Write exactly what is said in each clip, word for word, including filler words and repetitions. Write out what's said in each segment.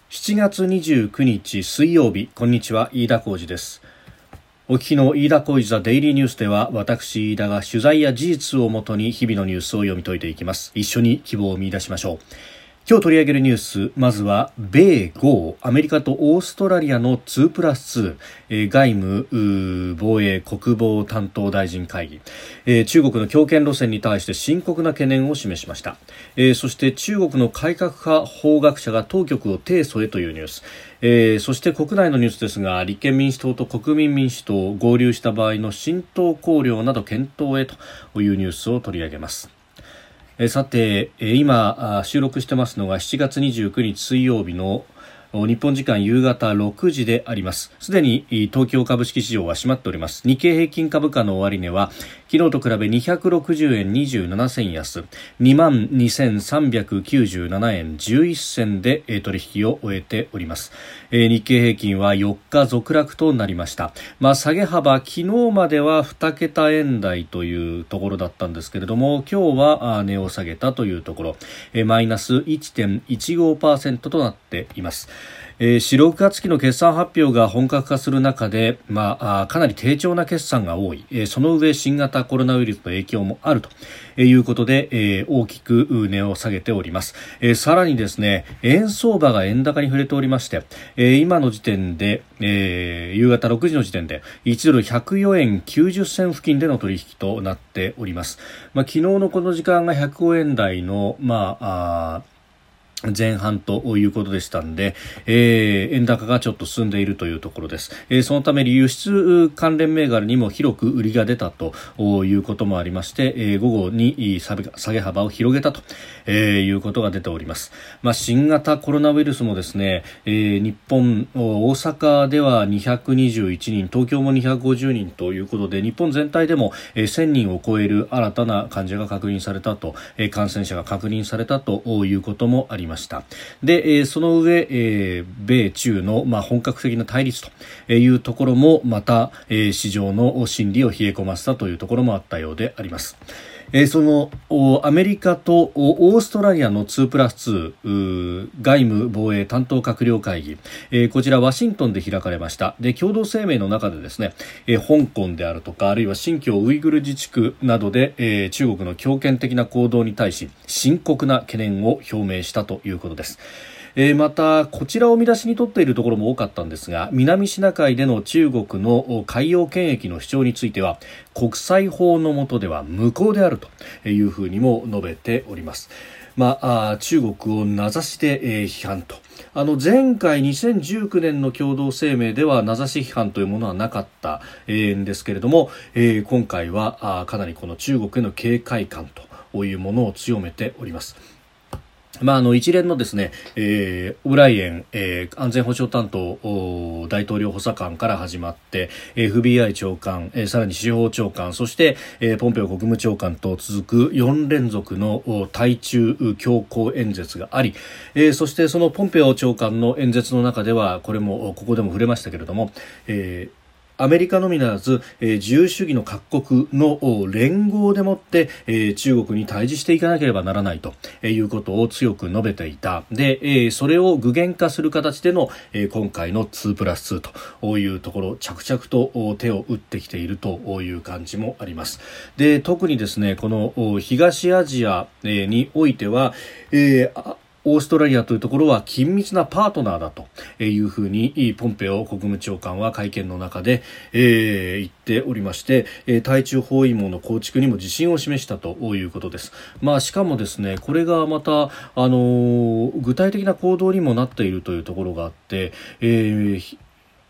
しちがつにじゅうくにち水曜日、こんにちは、飯田浩司です。お聞きの飯田浩司ザデイリーニュースでは、私飯田が取材や事実をもとに日々のニュースを読み解いていきます。一緒に希望を見出しましょう。今日取り上げるニュース、まずは米豪、アメリカとオーストラリアのにプラスに、えー、外務防衛国防担当大臣会議、えー、中国の強権路線に対して深刻な懸念を示しました。えー、そして中国の改革派法学者が当局を提訴へというニュース、えー、そして国内のニュースですが、立憲民主党と国民民主党合流した場合の新党綱領など検討へというニュースを取り上げます。さて、今収録してますのがしちがつにじゅうくにち水曜日の日本時間夕方ろくじであります。すでに東京株式市場は閉まっております。日経平均株価の終値は昨日と比べにひゃくろくじゅうえんにじゅうななせん安、にまんにせんさんびゃくきゅうじゅうななえんじゅういっせんで取引を終えております。日経平均はよっか続落となりました。まあ、下げ幅、昨日まではにけたえん台というところだったんですけれども、今日は値を下げたというところ、マイナス いってんいちごパーセント となっています。えー、四六月期の決算発表が本格化する中で、まあ、あかなり低調な決算が多い、えー、その上新型コロナウイルスの影響もあるということで、えー、大きく値を下げております。えー、さらにですね、円相場が円高に触れておりまして、えー、今の時点で、えー、夕方ろくじの時点でいちドルひゃくよえんきゅうじゅっせん付近での取引となっております。まあ、昨日のこの時間がひゃくごえん台の、まあ、あ前半ということでしたので、えー、円高がちょっと進んでいるというところです。えー、そのため輸出関連銘柄にも広く売りが出たということもありまして、えー、午後に下げ幅を広げたと、えー、いうことが出ております。まあ、新型コロナウイルスもですね、えー、日本大阪ではにひゃくにじゅういちにん、東京もにひゃくごじゅうにんということで、日本全体でも、えー、せんにんを超える新たな患者が確認されたと、えー、感染者が確認されたということもあります。ましたで、えー、その上、えー、米中の、まあ、本格的な対立というところもまた、えー、市場の心理を冷え込ませたというところもあったようであります。えー、そのアメリカとオーストラリアのにプラスに外務防衛担当閣僚会議、えー、こちらワシントンで開かれました。で、共同声明の中でですね、えー、香港であるとか、あるいは新疆ウイグル自治区などで、えー、中国の強権的な行動に対し深刻な懸念を表明したということです。えー、またこちらを見出しに取っているところも多かったんですが、南シナ海での中国の海洋権益の主張については国際法の下では無効であるというふうにも述べております。まあ、あ中国を名指しで、えー、批判と、あの前回にせんじゅうきゅうねんの共同声明では名指し批判というものはなかった、えー、んですけれども、えー、今回はあかなりこの中国への警戒感というものを強めております。まあ、あの一連のですね、えー、オブライエン、えー、安全保障担当大統領補佐官から始まって エフビーアイ 長官、えー、さらに司法長官、そして、えー、ポンペオ国務長官と続くよんれんぞくの対中強硬演説があり、えー、そしてそのポンペオ長官の演説の中では、これもここでも触れましたけれども、えーアメリカのみならず、えー、自由主義の各国の連合でもって、えー、中国に対峙していかなければならないということを強く述べていた。で、えー、それを具現化する形での、えー、今回のにプラスにというところ、着々と手を打ってきているという感じもあります。で、特にですね、この東アジアにおいては、えーオーストラリアというところは緊密なパートナーだというふうにポンペオ国務長官は会見の中で、えー、言っておりまして、対中包囲網の構築にも自信を示したということです。まあ、しかもですね、これがまた、あのー、具体的な行動にもなっているというところがあって、えー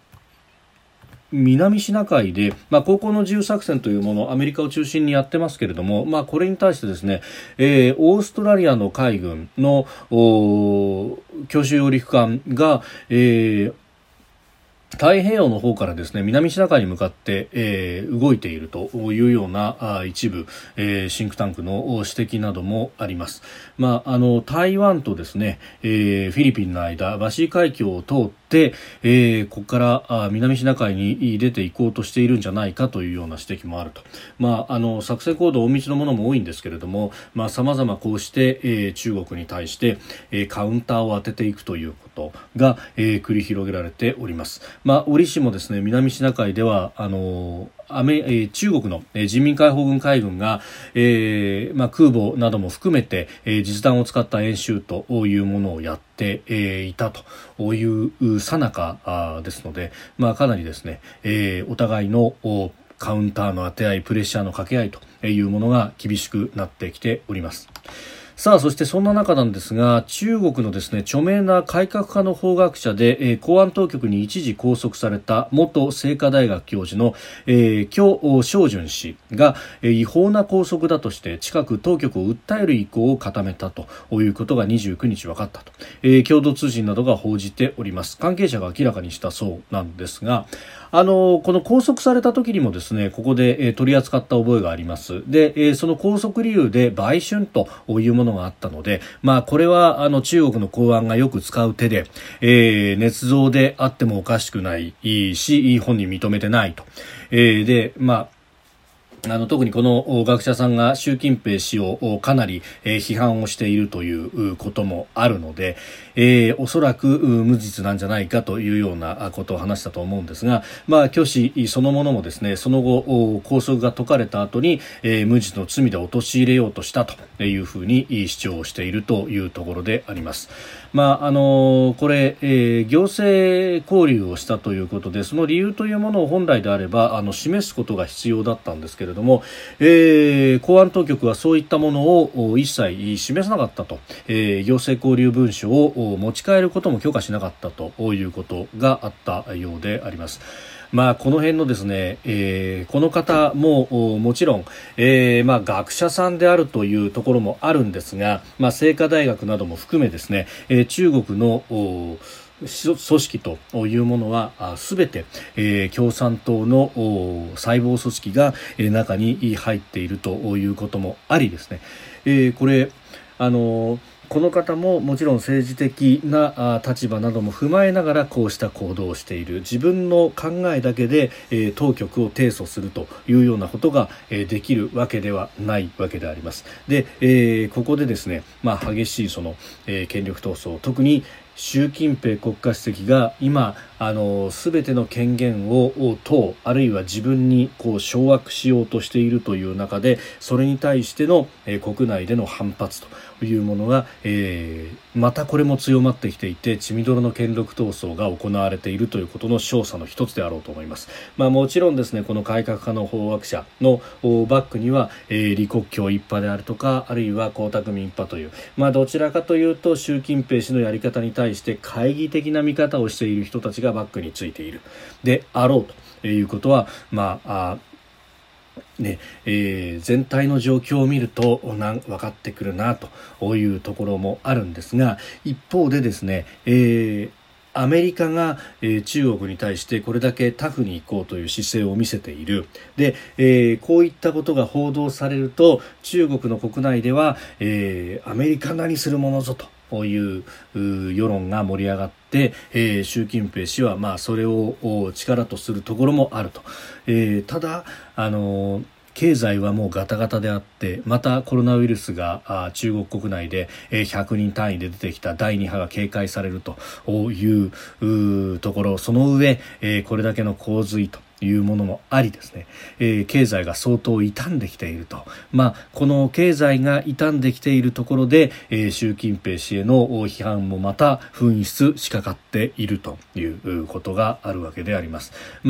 南シナ海で、まあ、航行の自由作戦というものをアメリカを中心にやってますけれども、まあ、これに対してですね、えー、オーストラリアの海軍の強襲揚陸艦が、えー太平洋の方からですね南シナ海に向かって、えー、動いているというようなあ一部、えー、シンクタンクの指摘などもあります。まあ、あの台湾とですね、えー、フィリピンの間バシー海峡を通ってで、えー、ここからあ南シナ海に出ていこうとしているんじゃないかというような指摘もあると、まあ、あの作戦行動大道のものも多いんですけれども、まあ、様々こうして、えー、中国に対して、えー、カウンターを当てていくということが、えー、繰り広げられております。まあ、折しもですね南シナ海ではあのーアメえー、中国の、えー、人民解放軍海軍が、えーまあ、空母なども含めて、えー、実弾を使った演習というものをやって、えー、いたという最中ですので、まあ、かなりですね、えー、お互いのカウンターの当て合いプレッシャーの掛け合いというものが厳しくなってきております。さあそしてそんな中なんですが中国のですね著名な改革派の法学者で、えー、公安当局に一時拘束された元清華大学教授の、えー、許章純氏が、えー、違法な拘束だとして近く当局を訴える意向を固めたということがにじゅうくにち分かったと、えー、共同通信などが報じております。関係者が明らかにしたそうなんですがあのこの拘束された時にもですねここで、えー、取り扱った覚えがあります。で、えー、その拘束理由で売春というものがあったので、まあ、これはあの中国の公安がよく使う手で、えー、捏造であってもおかしくないし本人認めてないと、えー、でまああの特にこの学者さんが習近平氏をかなり、えー、批判をしているということもあるので、えー、おそらく無実なんじゃないかというようなことを話したと思うんですが、まあ、虚子そのものもですねその後拘束が解かれた後に、えー、無実の罪で陥れようとしたというふうに主張しているというところであります。まああのこれ、えー、行政交流をしたということでその理由というものを本来であればあの示すことが必要だったんですけれども、えー、公安当局はそういったものを一切示さなかったと、えー、行政交流文書を持ち帰ることも許可しなかったということがあったようであります。まあ、この辺のですね、えー、この方ももちろん、えーまあ、学者さんであるというところもあるんですが、まあ、清華大学なども含めですね、えー、中国の組織というものは全て、えー、共産党の細胞組織が中に入っているということもありですね、えー、これあのーこの方ももちろん政治的な立場なども踏まえながらこうした行動をしている自分の考えだけで、えー、当局を提訴するというようなことが、えー、できるわけではないわけであります。で、えー、ここでですね、まあ、激しいその、えー、権力闘争特に習近平国家主席が今あの全ての権限を党あるいは自分にこう掌握しようとしているという中でそれに対しての、えー、国内での反発というものが、えー、またこれも強まってきていて血みどろの権力闘争が行われているということの証左の一つであろうと思います。まあ、もちろんですねこの改革派の法学者のバックには、えー、李克強一派であるとかあるいは江沢民一派という、まあ、どちらかというと習近平氏のやり方に対して懐疑的な見方をしている人たちがバックについているであろうということはまああねえー、全体の状況を見るとなん分かってくるなというところもあるんですが一方でですね、えーアメリカが、えー、中国に対してこれだけタフに行こうという姿勢を見せているで、えー、こういったことが報道されると中国の国内では、えー、アメリカ何するものぞとこういう世論が盛り上がって、えー、習近平氏はまあそれを力とするところもあると、えー、ただあのー経済はもうガタガタであってまたコロナウイルスが中国国内でひゃくにん単位で出てきただいに波が警戒されるというところその上これだけの洪水というものもありですね、えー、経済が相当傷んできていると、まあ、この経済が傷んできているところで、えー、習近平氏への批判もまた噴出しかかっているということがあるわけであります。まあ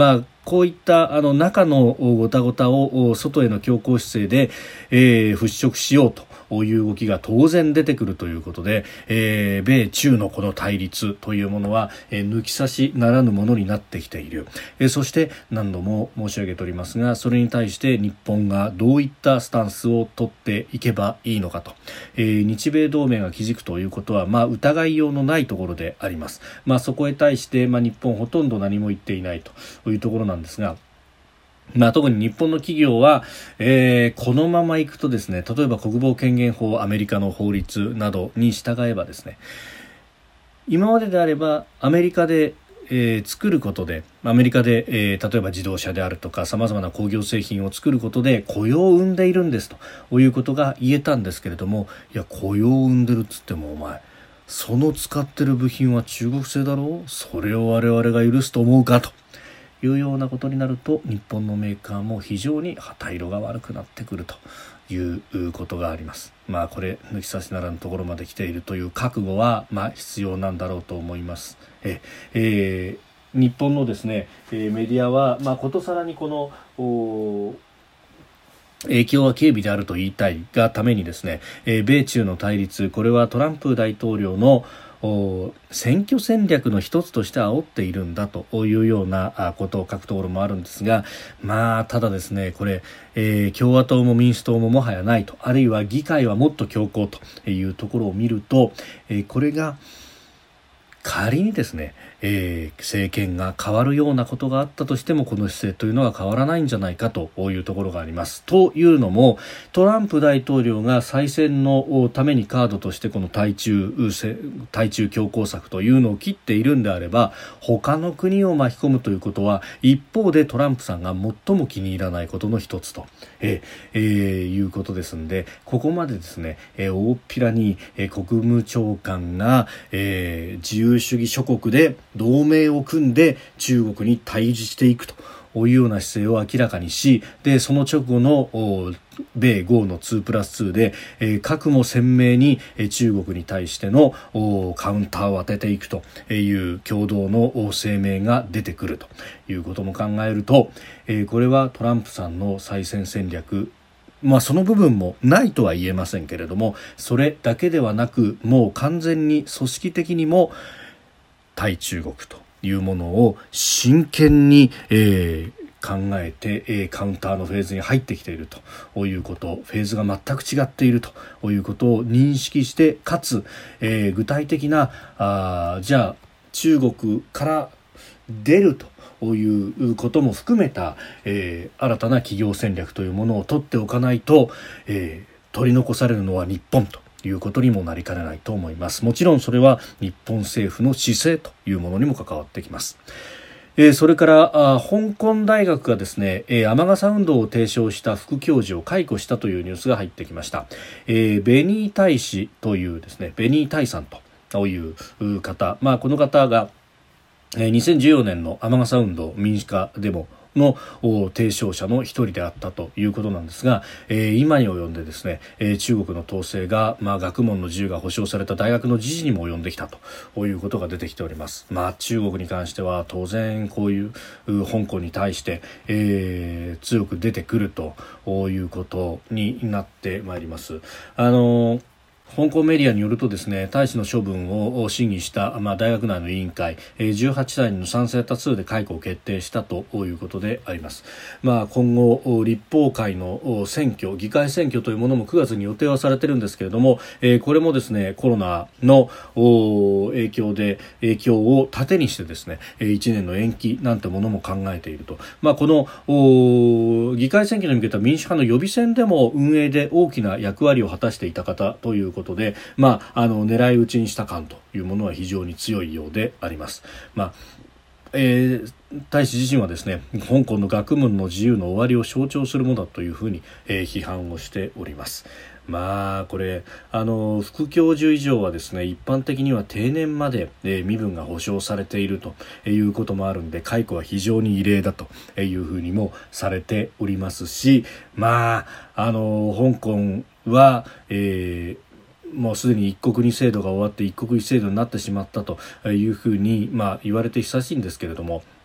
こういったあの中のごたごたを外への強硬姿勢で、えー、払拭しようとこういう動きが当然出てくるということで、えー、米中のこの対立というものは、えー、抜き差しならぬものになってきている、えー、そして何度も申し上げておりますが、それに対して日本がどういったスタンスを取っていけばいいのかと、えー、日米同盟が築くということは、まあ、疑いようのないところであります。まあ、そこへ対して、まあ、日本ほとんど何も言っていないというところなんですが、まあ、特に日本の企業は、えー、このままいくとですね、例えば国防権限法、アメリカの法律などに従えばですね、今までであればアメリカで、えー、作ることで、アメリカで、えー、例えば自動車であるとか様々な工業製品を作ることで雇用を生んでいるんですということが言えたんですけれども、いや、雇用を生んでるっつってもお前その使ってる部品は中国製だろう、それを我々が許すと思うかというようなことになると、日本のメーカーも非常に旗色が悪くなってくるということがあります。まあこれ抜き差しならぬところまで来ているという覚悟はまあ必要なんだろうと思います。え、えー、日本のですね、えー、メディアはまあことさらにこの影響は軽微であると言いたいがためにですね、えー、米中の対立、これはトランプ大統領の選挙戦略の一つとして煽っているんだというようなことを書くところもあるんですが、まあただですね、これ、えー、共和党も民主党ももはやないと、あるいは議会はもっと強硬というところを見ると、えー、これが仮にですね、えー、政権が変わるようなことがあったとしても、この姿勢というのは変わらないんじゃないかというところがあります。というのも、トランプ大統領が再選のためにカードとしてこの対中対中強硬策というのを切っているんであれば、他の国を巻き込むということは一方でトランプさんが最も気に入らないことの一つと、えーえー、いうことですので、ここまでですね、えー、大っぴらに、えー、国務長官が、えー、自由主義諸国で同盟を組んで中国に対峙していくというような姿勢を明らかにし、でその直後の米豪のにプラスにで、えー、核も鮮明に、えー、中国に対してのカウンターを当てていくという共同の声明が出てくるということも考えると、えー、これはトランプさんの再選戦略、まあその部分もないとは言えませんけれども、それだけではなく、もう完全に組織的にも対中国というものを真剣に、えー、考えて、えー、カウンターのフェーズに入ってきているということ、フェーズが全く違っているということを認識して、かつ、えー、具体的なあじゃあ中国から出るということも含めた、えー、新たな企業戦略というものを取っておかないと、えー、取り残されるのは日本ということにもなりかねないと思います。もちろんそれは日本政府の姿勢というものにも関わってきます。えー、それからあ香港大学がですね、えー、雨傘運動を提唱した副教授を解雇したというニュースが入ってきました。えー、ベニータイ氏というですね、ベニータイさんという方、まあこの方がにせんじゅうよねんの雨傘運動民主化デモの提唱者の一人であったということなんですが、えー、今に及んでですね、えー、中国の統制が、まあ、学問の自由が保障された大学の自治にも及んできたということが出てきております。まあ、中国に関しては当然こういう香港に対して、えー、強く出てくるということになってまいります。あのー香港メディアによるとですね、大使の処分を審議した、まあ、大学内の委員会、じゅうはちたいの賛成多数で解雇を決定したということであります。まあ、今後立法会の選挙、議会選挙というものもくがつに予定はされているんですけれども、これもですね、コロナの影響で影響を盾にしてですね、いちねんの延期なんてものも考えていると。まあ、この議会選挙に向けた民主派の予備選でも運営で大きな役割を果たしていた方ということで、まあ、あの狙い撃ちにした感というものは非常に強いようであります。まあえー、大使自身はですね、香港の学問の自由の終わりを象徴するものだというふうに、えー、批判をしております。まあこれあの副教授以上はですね、一般的には定年まで、えー、身分が保障されているということもあるんで、解雇は非常に異例だというふうにもされておりますし、まああの香港は、えーもうすでに一国二制度が終わって一国一制度になってしまったというふうに、まあ、言われて久しいんですけれども、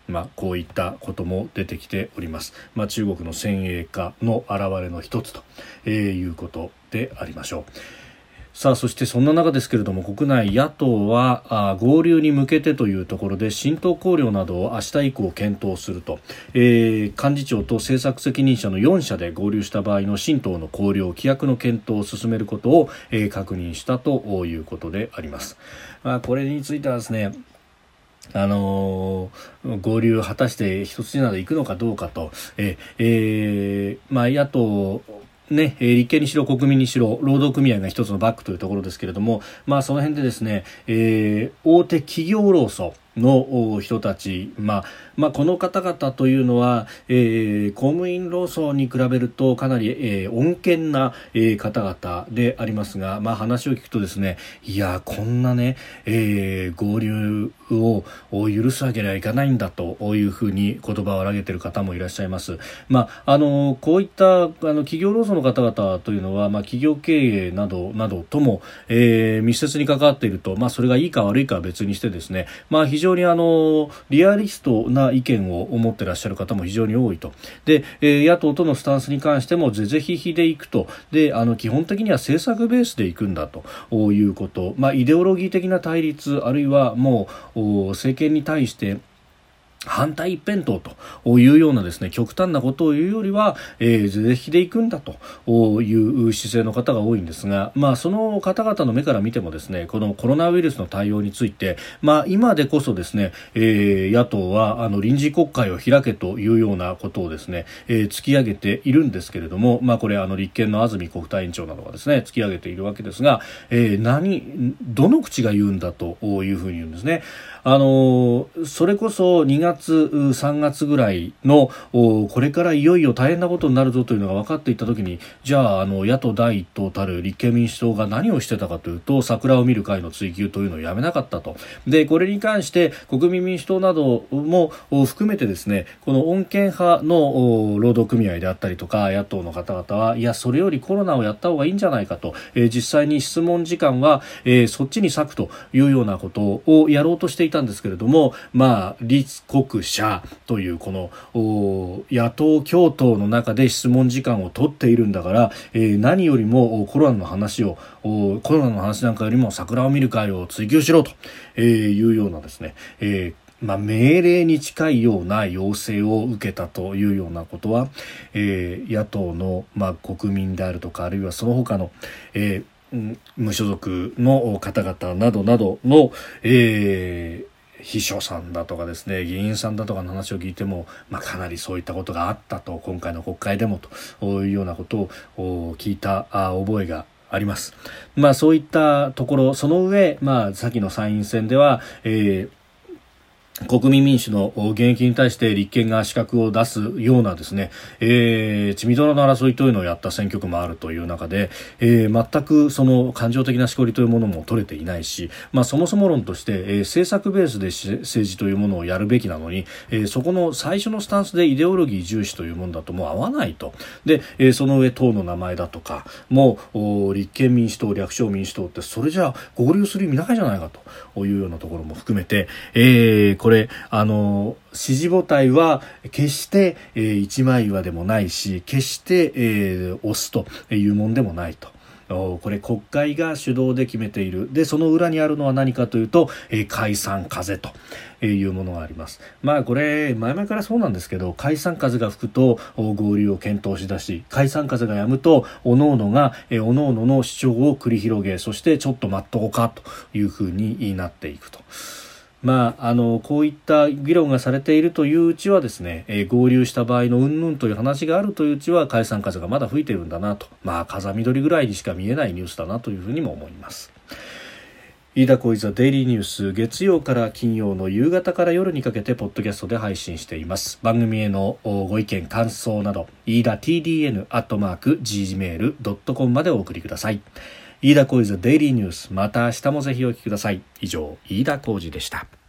まあ、こういったことも出てきております。まあ、中国の先鋭化の表れの一つということでありましょう。さあ、そしてそんな中ですけれども、国内野党はあ合流に向けてというところで新党綱領などを明日以降検討すると、えー、幹事長と政策責任者のよん社で合流した場合の新党の綱領規約の検討を進めることを、えー、確認したということであります。まあ、これについてはですね、あのー、合流果たして一筋縄でいくのかどうかと、えーえーまあ、野党ね、立憲にしろ国民にしろ労働組合が一つのバックというところですけれども、まあ、その辺でですね、えー、大手企業労組の人たち、まあまあ、この方々というのは、えー、公務員労組に比べるとかなり、えー、穏健な、えー、方々でありますが、まあ、話を聞くとですね、いやこんなね、えー、合流を許すわけにはいかないんだというふうに言葉を荒げている方もいらっしゃいます。まあ、あのこういったあの企業労組の方々というのは、まあ、企業経営などなどとも、えー、密接に関わっていると、まあ、それがいいか悪いかは別にしてですね、まあ、非常にあのリアリストな意見を持っていらっしゃる方も非常に多いと。で、えー、野党とのスタンスに関しても是々非々でいくと。で、あの基本的には政策ベースでいくんだということ、まあ、イデオロギー的な対立あるいはもう政権に対して反対一辺倒というようなですね、極端なことを言うよりは、えー、是々非々でいくんだという姿勢の方が多いんですが、まあ、その方々の目から見てもですね、このコロナウイルスの対応について、まあ、今でこそですね、えー、野党はあの臨時国会を開けというようなことをですね、えー、突き上げているんですけれども、まあ、これあの立憲の安住国対委員長などがですね突き上げているわけですが、えー、何どの口が言うんだというふうに言うんですね。あのそれこそにがつさんがつぐらいのこれからいよいよ大変なことになるぞというのが分かっていったときに、じゃあ、あの野党第一党たる立憲民主党が何をしてたかというと、桜を見る会の追及というのをやめなかったと。でこれに関して国民民主党なども含めてですね、この穏健派の労働組合であったりとか野党の方々は、いやそれよりコロナをやった方がいいんじゃないかと、えー、実際に質問時間は、えー、そっちに割くというようなことをやろうとしていたんですけれども、まあ、立国社というこの野党共闘の中で質問時間を取っているんだから、えー、何よりもコロナの話をコロナの話なんかよりも桜を見る会を追求しろというようなですね、えーまあ、命令に近いような要請を受けたというようなことは、えー、野党の、まあ、国民であるとか、あるいはその他の、えー、無所属の方々などなどの、えー秘書さんだとかですね、議員さんだとかの話を聞いても、まあ、かなりそういったことがあったと、今回の国会でもというようなことを聞いた覚えがあります。まあ、そういったところ、その上、まあ、先の参院選では、えー国民民主の現役に対して立憲が資格を出すようなですね、えー、血みどろの争いというのをやった選挙区もあるという中で、えー、全くその感情的なしこりというものも取れていないし、まあ、そもそも論として、えー、政策ベースで政治というものをやるべきなのに、えー、そこの最初のスタンスでイデオロギー重視というものだともう合わないと。で、えー、その上党の名前だとかもう立憲民主党、略称民主党ってそれじゃあ合流する意味ないじゃないかというようなところも含めて、えー、これあの支持母体は決して、えー、一枚岩でもないし、決して、えー、押すというもんでもないと。これ国会が主導で決めている。でその裏にあるのは何かというと、えー、解散風というものがあります。まあこれ前々からそうなんですけど、解散風が吹くと合流を検討しだし、解散風が止むと各々が、えー、各々の主張を繰り広げ、そしてちょっと待っとこうかというふうになっていくと。まあ、あのこういった議論がされているといううちはですね、えー、合流した場合の云々という話があるといううちは解散風がまだ吹いているんだなと、まあ風緑ぐらいにしか見えないニュースだなというふうにも思います。飯田浩司ザデイリーニュース、月曜から金曜の夕方から夜にかけてポッドキャストで配信しています。番組へのご意見感想など飯田 ティーディーエヌ アットマーク ジーメール ドットコム までお送りください。飯田浩司ザデイリーニュース、また明日もぜひお聞きください。以上、飯田浩司でした。